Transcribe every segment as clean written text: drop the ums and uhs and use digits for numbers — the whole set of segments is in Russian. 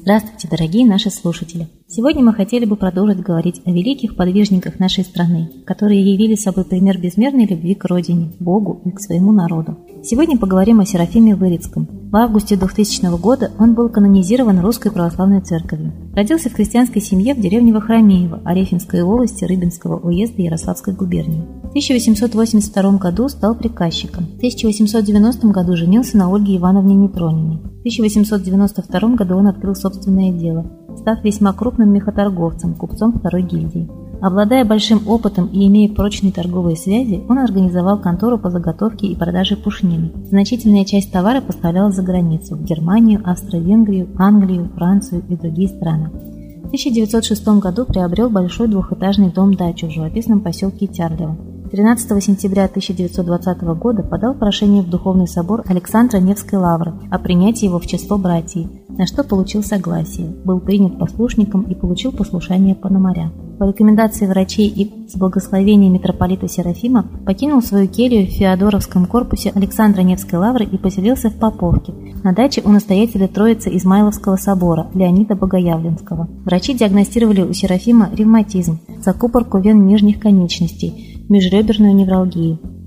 Здравствуйте, дорогие наши слушатели! Сегодня мы хотели бы продолжить говорить о великих подвижниках нашей страны, которые явили собой пример безмерной любви к Родине, Богу и к своему народу. Сегодня поговорим о Серафиме Вырицком. В августе 2000 года он был канонизирован Русской Православной Церковью. Родился в крестьянской семье в деревне Вахромеево, Орефинской волости Рыбинского уезда Ярославской губернии. В 1882 году стал приказчиком. В 1890 году женился на Ольге Ивановне Нетрониной. В 1892 году он открыл собственное дело, став весьма крупным мехоторговцем, купцом второй гильдии. Обладая большим опытом и имея прочные торговые связи, он организовал контору по заготовке и продаже пушнины. Значительная часть товара поставлялась за границу – в Германию, Австро-Венгрию, Англию, Францию и другие страны. В 1906 году приобрел большой двухэтажный дом-дачу в живописном поселке Тярлево. 13 сентября 1920 года подал прошение в Духовный собор Александра Невской лавры о принятии его в число братьев, на что получил согласие, был принят послушником и получил послушание Пономаря. По рекомендации врачей и с благословения митрополита Серафима покинул свою келью в Феодоровском корпусе Александра Невской лавры и поселился в Поповке, на даче у настоятеля Троицы Измайловского собора Леонида Богоявленского. Врачи диагностировали у Серафима ревматизм, закупорку вен нижних конечностей, межреберную невралгию. В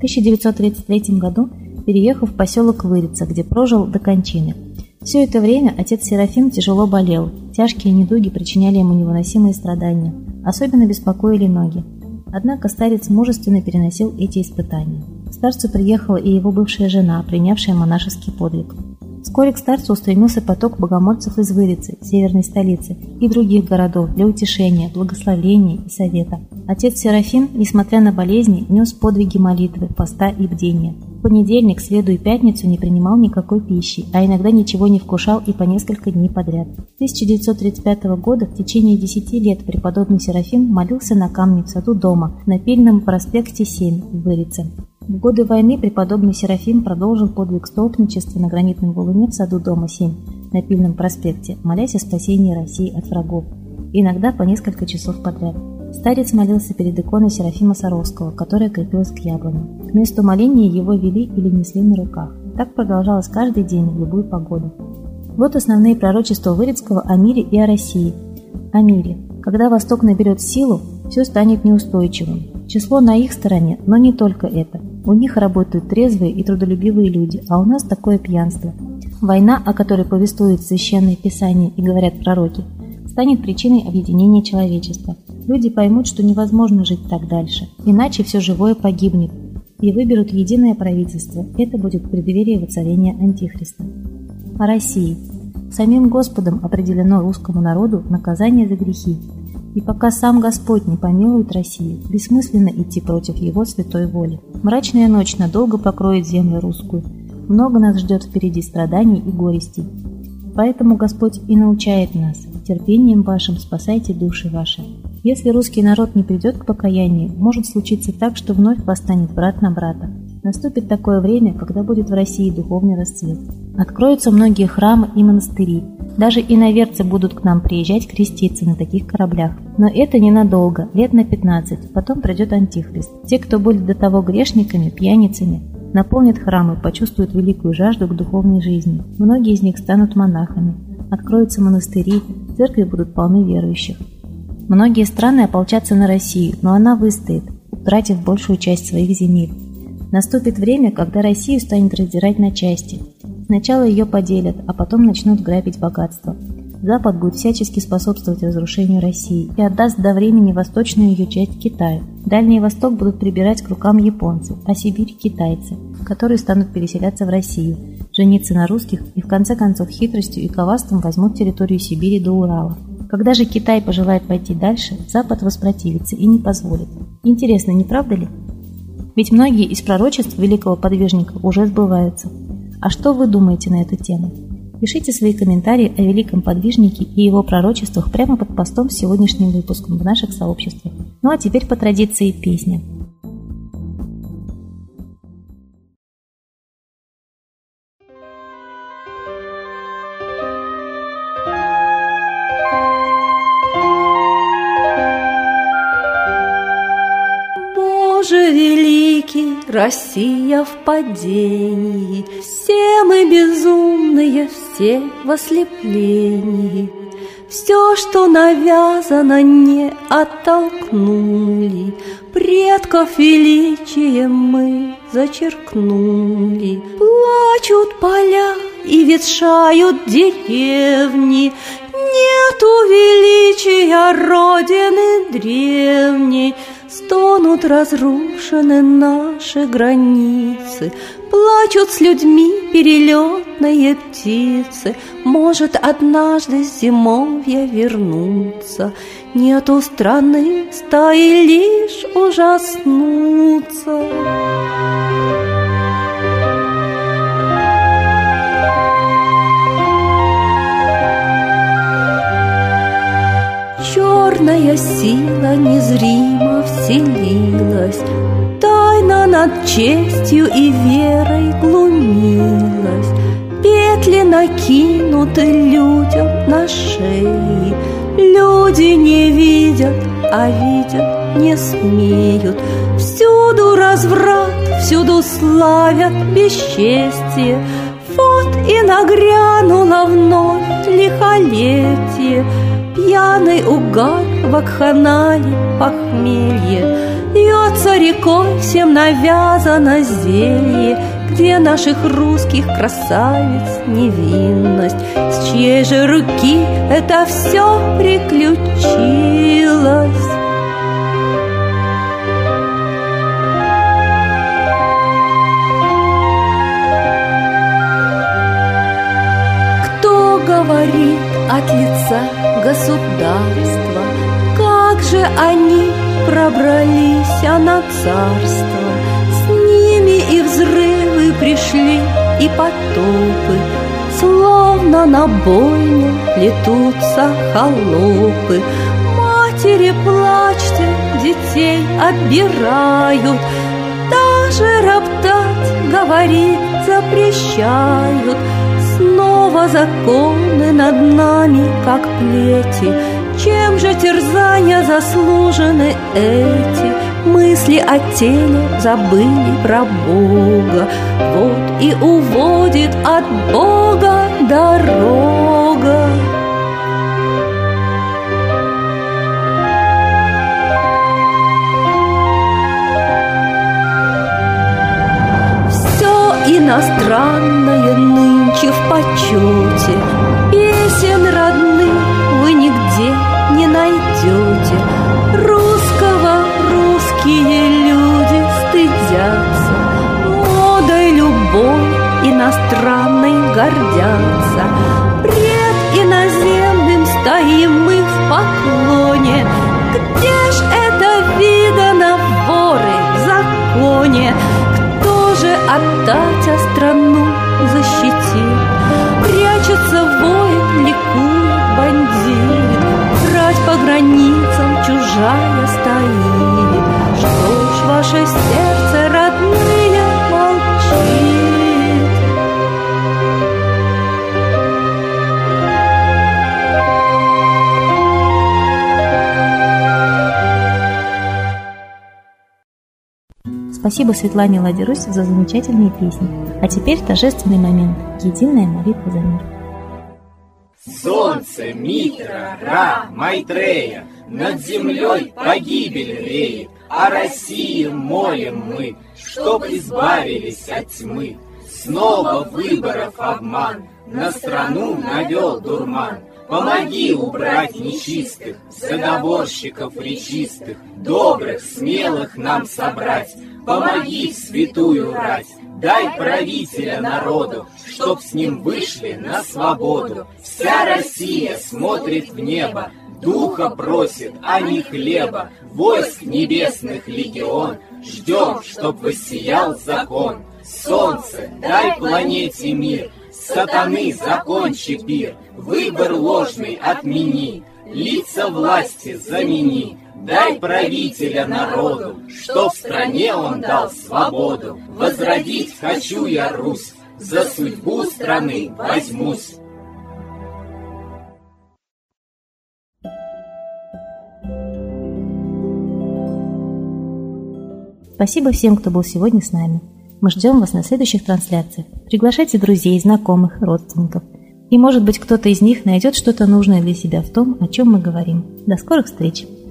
1933 году переехал в поселок Вырица, где прожил до кончины. Все это время отец Серафим тяжело болел, тяжкие недуги причиняли ему невыносимые страдания, особенно беспокоили ноги. Однако старец мужественно переносил эти испытания. К старцу приехала и его бывшая жена, принявшая монашеский подвиг. Вскоре к старцу устремился поток богомольцев из Вырицы, северной столицы, и других городов для утешения, благословения и совета. Отец Серафим, несмотря на болезни, нес подвиги молитвы, поста и бдения. В понедельник, среду и пятницу не принимал никакой пищи, а иногда ничего не вкушал и по несколько дней подряд. С 1935 года в течение 10 лет преподобный Серафим молился на камне в саду дома на Пильном проспекте 7 в Вырице. В годы войны преподобный Серафим продолжил подвиг столпничества на гранитном валуне в саду дома 7 на Пильном проспекте, молясь о спасении России от врагов, иногда по несколько часов подряд. Старец молился перед иконой Серафима Саровского, которая крепилась к яблоне. К месту моления его вели или несли на руках. Так продолжалось каждый день в любую погоду. Вот основные пророчества Вырицкого о мире и о России. О мире. Когда Восток наберет силу, все станет неустойчивым. Число на их стороне, но не только это. У них работают трезвые и трудолюбивые люди, а у нас такое пьянство. Война, о которой повествует Священное Писание и говорят пророки, станет причиной объединения человечества. Люди поймут, что невозможно жить так дальше, иначе все живое погибнет, и выберут единое правительство. Это будет преддверие воцарения Антихриста. О России. Самим Господом определено русскому народу наказание за грехи. И пока сам Господь не помилует Россию, бессмысленно идти против Его святой воли. Мрачная ночь надолго покроет землю русскую. Много нас ждет впереди страданий и горестей. Поэтому Господь и научает нас: терпением вашим спасайте души ваши. Если русский народ не придет к покаянию, может случиться так, что вновь восстанет брат на брата. Наступит такое время, когда будет в России духовный расцвет. Откроются многие храмы и монастыри. Даже иноверцы будут к нам приезжать креститься на таких кораблях. Но это ненадолго, лет на 15, потом придет Антихрист. Те, кто были до того грешниками, пьяницами, наполнят храмы, почувствуют великую жажду к духовной жизни. Многие из них станут монахами. Откроются монастыри, церкви будут полны верующих. Многие страны ополчатся на Россию, но она выстоит, утратив большую часть своих земель. Наступит время, когда Россию станет раздирать на части. Сначала ее поделят, а потом начнут грабить богатство. Запад будет всячески способствовать разрушению России и отдаст до времени восточную ее часть Китаю. Дальний Восток будут прибирать к рукам японцы, а Сибирь – китайцы, которые станут переселяться в Россию, жениться на русских и в конце концов хитростью и коварством возьмут территорию Сибири до Урала. Когда же Китай пожелает пойти дальше, Запад воспротивится и не позволит. Интересно, не правда ли? Ведь многие из пророчеств великого подвижника уже сбываются. А что вы думаете на эту тему? Пишите свои комментарии о великом подвижнике и его пророчествах прямо под постом с сегодняшним выпуском в наших сообществах. Ну а теперь по традиции песня. Боже великий, Россия в падении, все мы безумные, все в ослеплении. Все, что навязано, не оттолкнули, предков величием мы зачеркнули. Плачут поля и ветшают деревни, нету величия родины древней. Стонут разрушены наши границы, плачут с людьми перелетные птицы. Может, однажды зимовья вернуться, нету страны, стаи лишь ужаснутся. Черная сила незримо вселилась, тайна над честью и верой глумилась. Петли накинуты людям на шеи, люди не видят, а видят не смеют. Всюду разврат, всюду славят бесчестие. Вот и нагрянуло вновь лихолетие. Пьяный угар, вакханалии, похмелье. Льется рекой, всем навязано зелье. Где наших русских красавиц невинность? С чьей же руки это все приключилось? Кто говорит от лица государства? Как же они пробрались на царство? С ними и взрывы пришли, и потопы. Словно на бойню плетутся холопы. Матери, плачьте, детей отбирают. Даже роптать, говорить запрещают. Снова законы над нами, как плети. Чем же терзания заслужены эти? Мысли о теле забыли про Бога. Вот и уводит от Бога дорога. Все иностранное нынче в почете. Песен родных вы нигде не найдете. Русского русские люди стыдятся, модой любой иностранной гордятся. Пред иноземным стоим мы в поклоне. Где ж это видано, воры в законе? Кто же отдать, а страну защитит? Прячется воин, ликует бандит. Врать по границам чужая стоит. Что ж ваше сердце, родные, молчит? Спасибо Светлане Ладе-Русь за замечательные песни. А теперь торжественный момент – единая молитва за мир. Солнце, Митра, Ра, Майтрея, над землей погибель реет. О России молим мы, чтоб избавились от тьмы. Снова выборов обман, на страну навел дурман. Помоги убрать нечистых, заговорщиков речистых, добрых, смелых нам собрать. Помоги в святую рать, дай правителя народу, чтоб с ним вышли на свободу. Вся Россия смотрит в небо, духа просит, а не хлеба. Войск небесных легион, ждем, чтоб воссиял закон. Солнце, дай планете мир, сатаны закончи пир, выбор ложный отмени, лица власти замени. Дай правителя народу, чтоб в стране он дал свободу. Возродить хочу я Русь, за судьбу страны возьмусь. Спасибо всем, кто был сегодня с нами. Мы ждем вас на следующих трансляциях. Приглашайте друзей, знакомых, родственников. И, может быть, кто-то из них найдет что-то нужное для себя в том, о чем мы говорим. До скорых встреч!